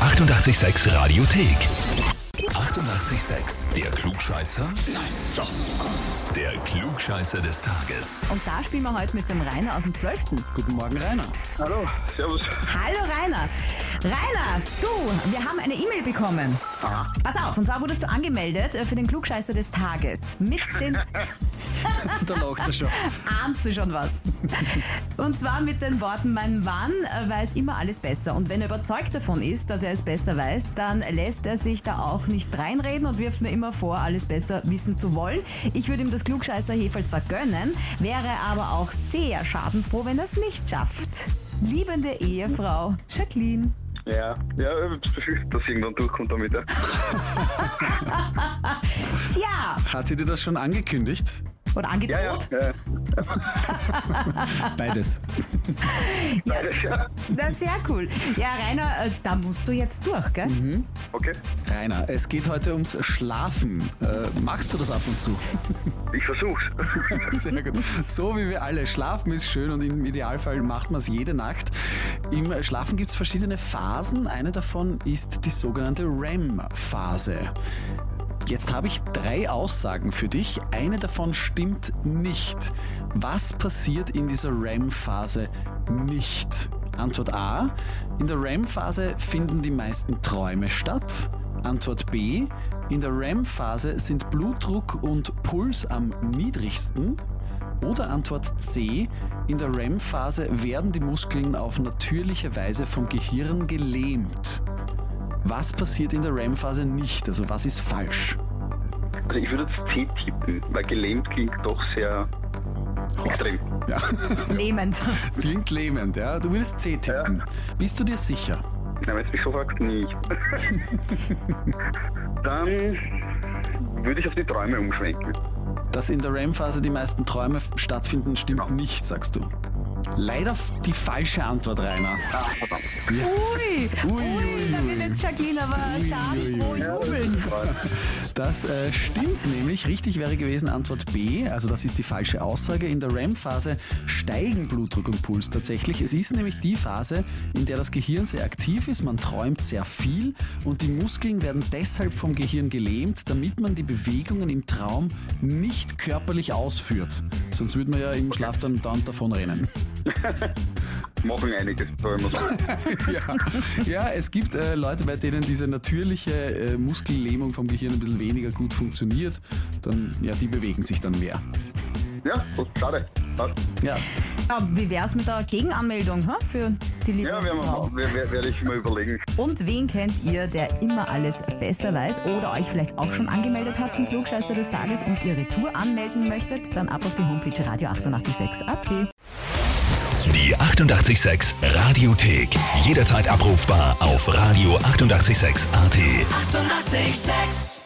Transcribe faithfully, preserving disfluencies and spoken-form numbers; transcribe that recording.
achtundachtzig Komma sechs Radiothek. achtundachtzig Komma sechs. Der Klugscheißer? Nein, doch. Der Klugscheißer des Tages. Und da spielen wir heute mit dem Rainer aus dem zwölften Guten Morgen, Rainer. Hallo, servus. Hallo Rainer. Rainer, du, wir haben eine E-Mail bekommen. Aha. Pass auf, und zwar wurdest du angemeldet äh, für den Klugscheißer des Tages. Mit den... Da lacht er schon. Ahnst du schon was? Und zwar mit den Worten, mein Mann äh, weiß immer alles besser. Und wenn er überzeugt davon ist, dass er es besser weiß, dann lässt er sich da auch nicht reinreden und wirft mir immer vor, alles besser wissen zu wollen. Ich würde ihm das Klugscheißer-Heferl zwar gönnen, wäre aber auch sehr schadenfroh, wenn er es nicht schafft. Liebende Ehefrau, Jacqueline. Ja, ja, ich hab's befürchtet, dass irgendwann durchkommt damit. Ja. Tja, Hat sie dir das schon angekündigt? oder Ja, ja, angedroht? ja. Beides. Beides, ja. Das ist sehr cool. Ja, Rainer, äh, da musst du jetzt durch, gell? Okay, Rainer, es geht heute ums Schlafen. Äh, magst du das ab und zu? ich versuch's. Sehr gut. So wie wir alle. Schlafen ist schön und im Idealfall macht man es jede Nacht. Im Schlafen gibt es verschiedene Phasen. Eine davon ist die sogenannte R E M-Phase. Jetzt habe ich drei Aussagen für dich. Eine davon stimmt nicht. Was passiert in dieser R E M-Phase nicht? Antwort A. In der R E M-Phase finden die meisten Träume statt. Antwort B. In der R E M-Phase sind Blutdruck und Puls am niedrigsten. Oder Antwort C. In der R E M-Phase werden die Muskeln auf natürliche Weise vom Gehirn gelähmt. Was passiert in der R E M-Phase nicht? Also was ist falsch? Also ich würde jetzt C tippen, weil gelähmt klingt doch sehr extrem. Ja, Lähmend. es klingt lähmend, ja. Du würdest C tippen. Bist du dir sicher? Na, wenn es mich so fragt, nicht. Dann würde ich auf die Träume umschwenken. Dass in der R E M-Phase die meisten Träume stattfinden, stimmt nicht, sagst du. Leider f- die falsche Antwort, Rainer. Ah, verdammt. Ui, ui, Ui, da ui, wird jetzt Jacqueline aber schadenfroh ui. jubeln. Das äh, stimmt nämlich. Richtig wäre gewesen Antwort B, also das ist die falsche Aussage. In der R E M-Phase steigen Blutdruck und Puls tatsächlich. Es ist nämlich die Phase, in der das Gehirn sehr aktiv ist, man träumt sehr viel und die Muskeln werden deshalb vom Gehirn gelähmt, damit man die Bewegungen im Traum nicht körperlich ausführt. Sonst würde man ja im Schlaf dann, dann davon rennen. Machen einiges, soll man sagen. Ja, ja, es gibt äh, Leute, bei denen diese natürliche äh, Muskellähmung vom Gehirn ein bisschen weniger gut funktioniert. Dann, ja, die bewegen sich dann mehr. Ja, gut, schade. Passt. Ja, Ja, wie wär's mit der Gegenanmeldung hä, für die liebe Ja, werden Frau? wir, wer- werde ich mal überlegen. Und wen kennt ihr, der immer alles besser weiß oder euch vielleicht auch schon angemeldet hat zum Klugscheißer des Tages und ihr Retour anmelden möchtet? Dann ab auf die Homepage radio achtundachtzig Komma sechs Punkt at. Die achtundachtzig Komma sechs Radiothek. Jederzeit abrufbar auf radio achtundachtzig Komma sechs Punkt at. achtundachtzig Komma sechs